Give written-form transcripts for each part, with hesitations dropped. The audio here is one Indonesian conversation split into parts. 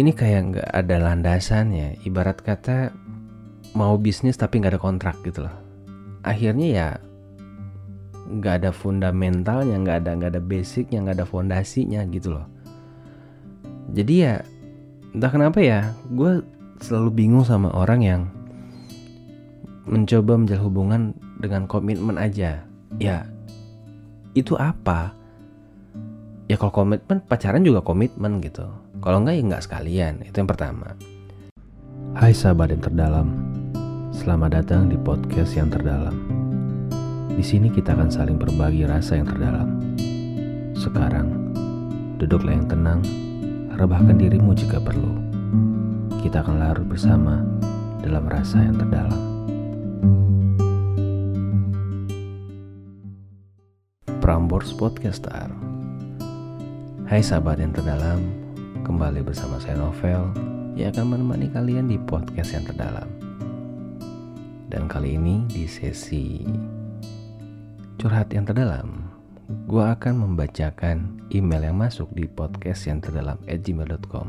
ini kayak gak ada landasannya. Ibarat kata mau bisnis tapi gak ada kontrak gitu loh. Akhirnya ya gak ada fundamentalnya, gak ada basicnya, gak ada fondasinya gitu loh. Jadi ya entah kenapa ya, gue selalu bingung sama orang yang mencoba menjalin hubungan dengan komitmen aja. Ya itu apa? Ya kalau komitmen, pacaran juga komitmen gitu. Kalau enggak ya enggak sekalian. Itu yang pertama. Hai sahabat yang terdalam, selamat datang di podcast yang terdalam. Di sini kita akan saling berbagi rasa yang terdalam. Sekarang, duduklah yang tenang, rebahkan dirimu jika perlu. Kita akan larut bersama dalam rasa yang terdalam. Prambors Podcaster. Hai sahabat yang terdalam, kembali bersama saya Novel yang akan menemani kalian di podcast yang terdalam. Dan kali ini di sesi curhat yang terdalam, gue akan membacakan email yang masuk di podcast yang terdalam@gmail.com.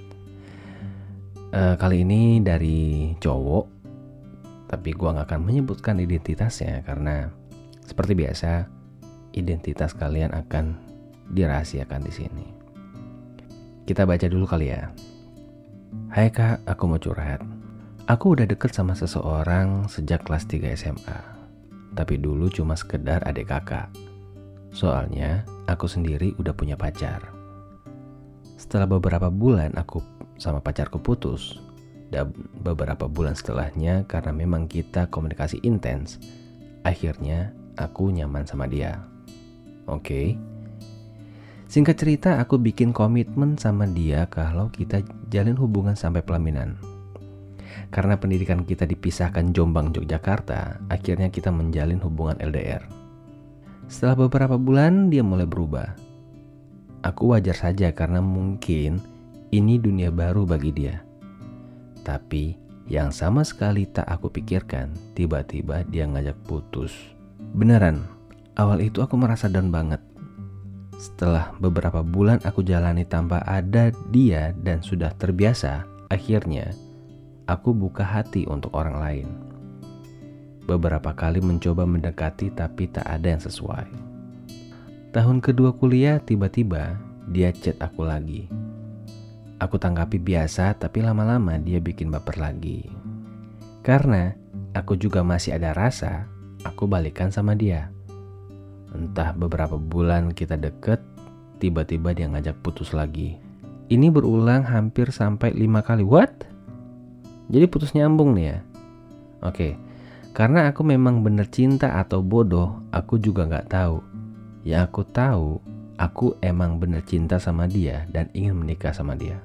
Kali ini dari cowok, tapi gue gak akan menyebutkan identitasnya karena seperti biasa identitas kalian akan dirahasiakan di sini. Kita baca dulu kali ya. Hai kak, aku mau curhat. Aku udah deket sama seseorang sejak kelas 3 SMA. Tapi dulu cuma sekedar adik kakak. Soalnya aku sendiri udah punya pacar. Setelah beberapa bulan aku sama pacarku putus, dan beberapa bulan setelahnya karena memang kita komunikasi intens, akhirnya aku nyaman sama dia. Oke. Singkat cerita, aku bikin komitmen sama dia kalau kita jalin hubungan sampai pelaminan. Karena pendidikan kita dipisahkan Jombang, Yogyakarta, akhirnya kita menjalin hubungan LDR. Setelah beberapa bulan, dia mulai berubah. Aku wajar saja karena mungkin ini dunia baru bagi dia. Tapi yang sama sekali tak aku pikirkan, tiba-tiba dia ngajak putus. Beneran, awal itu aku merasa down banget. Setelah beberapa bulan aku jalani tanpa ada dia dan sudah terbiasa, akhirnya aku buka hati untuk orang lain. Beberapa kali mencoba mendekati tapi tak ada yang sesuai. Tahun kedua kuliah tiba-tiba dia chat aku lagi. Aku tanggapi biasa tapi lama-lama dia bikin baper lagi. Karena aku juga masih ada rasa, aku balikan sama dia. Entah beberapa bulan kita deket, tiba-tiba dia ngajak putus lagi. Ini berulang hampir sampai 5 kali. What? Jadi putus nyambung nih ya? Oke, karena aku memang bener cinta atau bodoh, aku juga gak tahu. Yang aku tahu, aku emang bener cinta sama dia dan ingin menikah sama dia.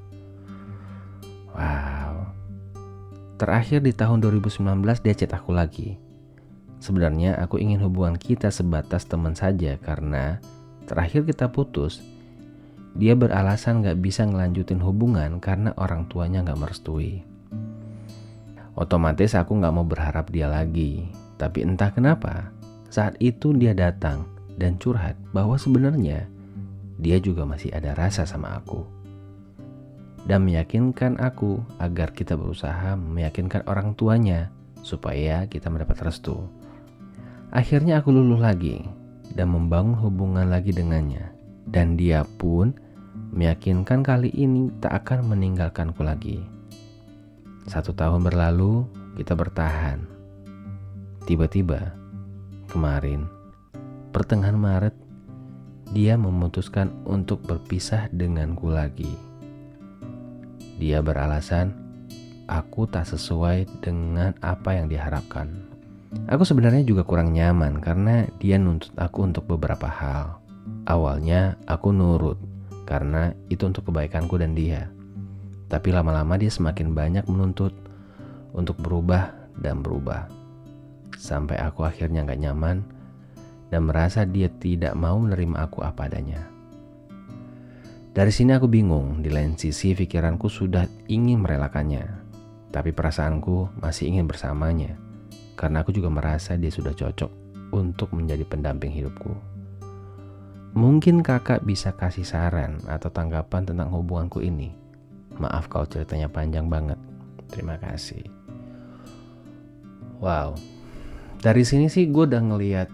Wow. Terakhir di tahun 2019 dia chat aku lagi. Sebenarnya aku ingin hubungan kita sebatas teman saja karena terakhir kita putus, dia beralasan gak bisa ngelanjutin hubungan karena orang tuanya gak merestui. Otomatis aku gak mau berharap dia lagi. Tapi entah kenapa, saat itu dia datang dan curhat bahwa sebenarnya dia juga masih ada rasa sama aku. Dan meyakinkan aku agar kita berusaha meyakinkan orang tuanya supaya kita mendapat restu. Akhirnya aku luluh lagi dan membangun hubungan lagi dengannya. Dan dia pun meyakinkan kali ini tak akan meninggalkanku lagi. 1 tahun berlalu, kita bertahan. Tiba-tiba, kemarin, pertengahan Maret, dia memutuskan untuk berpisah denganku lagi. Dia beralasan, aku tak sesuai dengan apa yang diharapkan. Aku sebenarnya juga kurang nyaman karena dia nuntut aku untuk beberapa hal. Awalnya aku nurut karena itu untuk kebaikanku dan dia. Tapi lama-lama dia semakin banyak menuntut untuk berubah dan berubah. Sampai aku akhirnya gak nyaman dan merasa dia tidak mau menerima aku apa adanya. Dari sini aku bingung, di lain sisi pikiranku sudah ingin merelakannya. Tapi perasaanku masih ingin bersamanya. Karena aku juga merasa dia sudah cocok untuk menjadi pendamping hidupku. Mungkin kakak bisa kasih saran atau tanggapan tentang hubunganku ini. Maaf kalau ceritanya panjang banget. Terima kasih. Wow. Dari sini sih gue udah ngelihat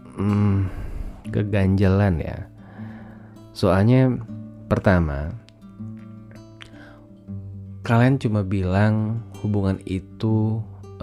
keganjelan ya. Soalnya pertama, kalian cuma bilang hubungan itu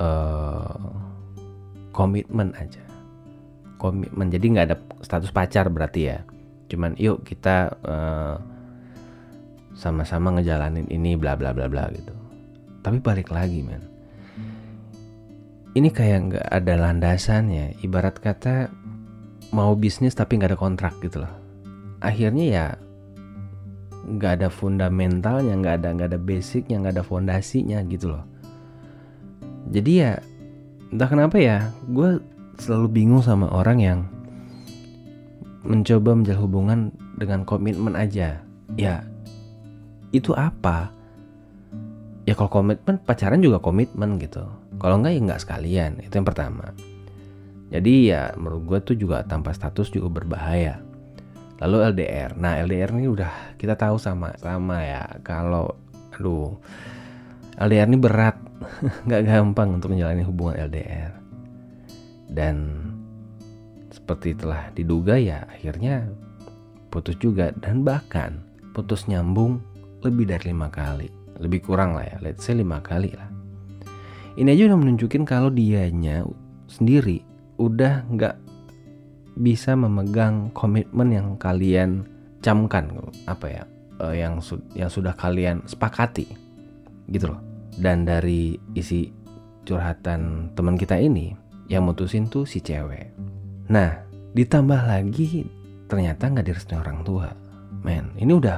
komitmen aja. Komitmen, jadi gak ada status pacar berarti ya. Cuman yuk kita sama-sama ngejalanin ini bla bla bla bla gitu. Tapi balik lagi men, ini kayak gak ada landasannya. Ibarat kata mau bisnis tapi gak ada kontrak gitu loh. Akhirnya ya gak ada fundamentalnya, gak ada basicnya, gak ada fondasinya gitu loh. Jadi ya entah kenapa ya, gue selalu bingung sama orang yang mencoba menjalin hubungan dengan komitmen aja. Ya itu apa? Ya kalau komitmen, pacaran juga komitmen gitu. Kalau enggak ya enggak sekalian. Itu yang pertama. Jadi ya menurut gue tuh juga tanpa status juga berbahaya. Lalu LDR. Nah LDR ini udah kita tahu sama ya. Kalau LDR ini berat. Gak gampang untuk menjalani hubungan LDR. Dan seperti telah diduga ya akhirnya putus juga. Dan bahkan putus nyambung lebih dari 5 kali. Lebih kurang lah ya, let's say 5 kali lah. Ini aja udah menunjukin kalau dianya sendiri udah gak bisa memegang komitmen yang kalian camkan, yang sudah kalian sepakati gitu loh. Dan dari isi curhatan teman kita ini, yang mutusin tuh si cewek. Nah ditambah lagi ternyata gak direstui orang tua. Men, ini udah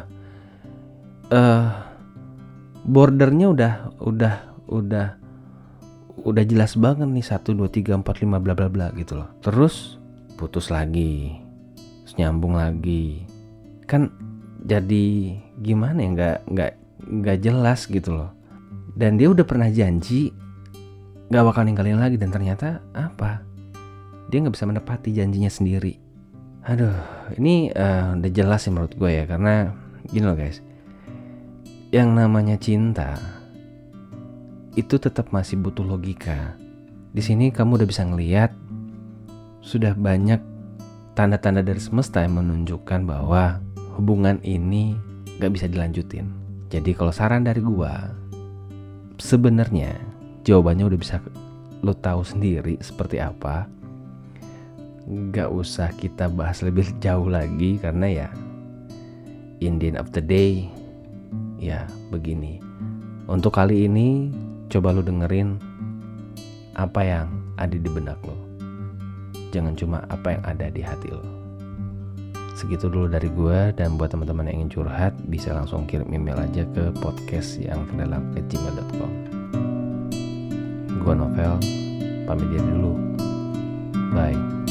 bordernya udah jelas banget nih 1, 2, 3, 4, 5 bla bla bla gitu loh. Terus putus lagi, terus nyambung lagi, kan jadi gimana ya, nggak jelas gitu loh. Dan dia udah pernah janji nggak bakal ninggalin lagi, dan ternyata apa? Dia nggak bisa menepati janjinya sendiri. Aduh, ini udah jelas sih menurut gue ya, karena gini loh guys. Yang namanya cinta itu tetap masih butuh logika. Di sini kamu udah bisa ngelihat sudah banyak tanda-tanda dari semesta yang menunjukkan bahwa hubungan ini gak bisa dilanjutin. Jadi kalau saran dari gua, sebenarnya jawabannya udah bisa lo tahu sendiri seperti apa. Gak usah kita bahas lebih jauh lagi, karena ya in the end of the day ya begini. Untuk kali ini coba lu dengerin apa yang ada di benak lo. Jangan cuma apa yang ada di hati lo. Segitu dulu dari gue, dan buat teman-teman yang ingin curhat bisa langsung kirim email aja ke podcastYangTerdalam@gmail.com. Gue Novel, pamit diri dulu. Bye.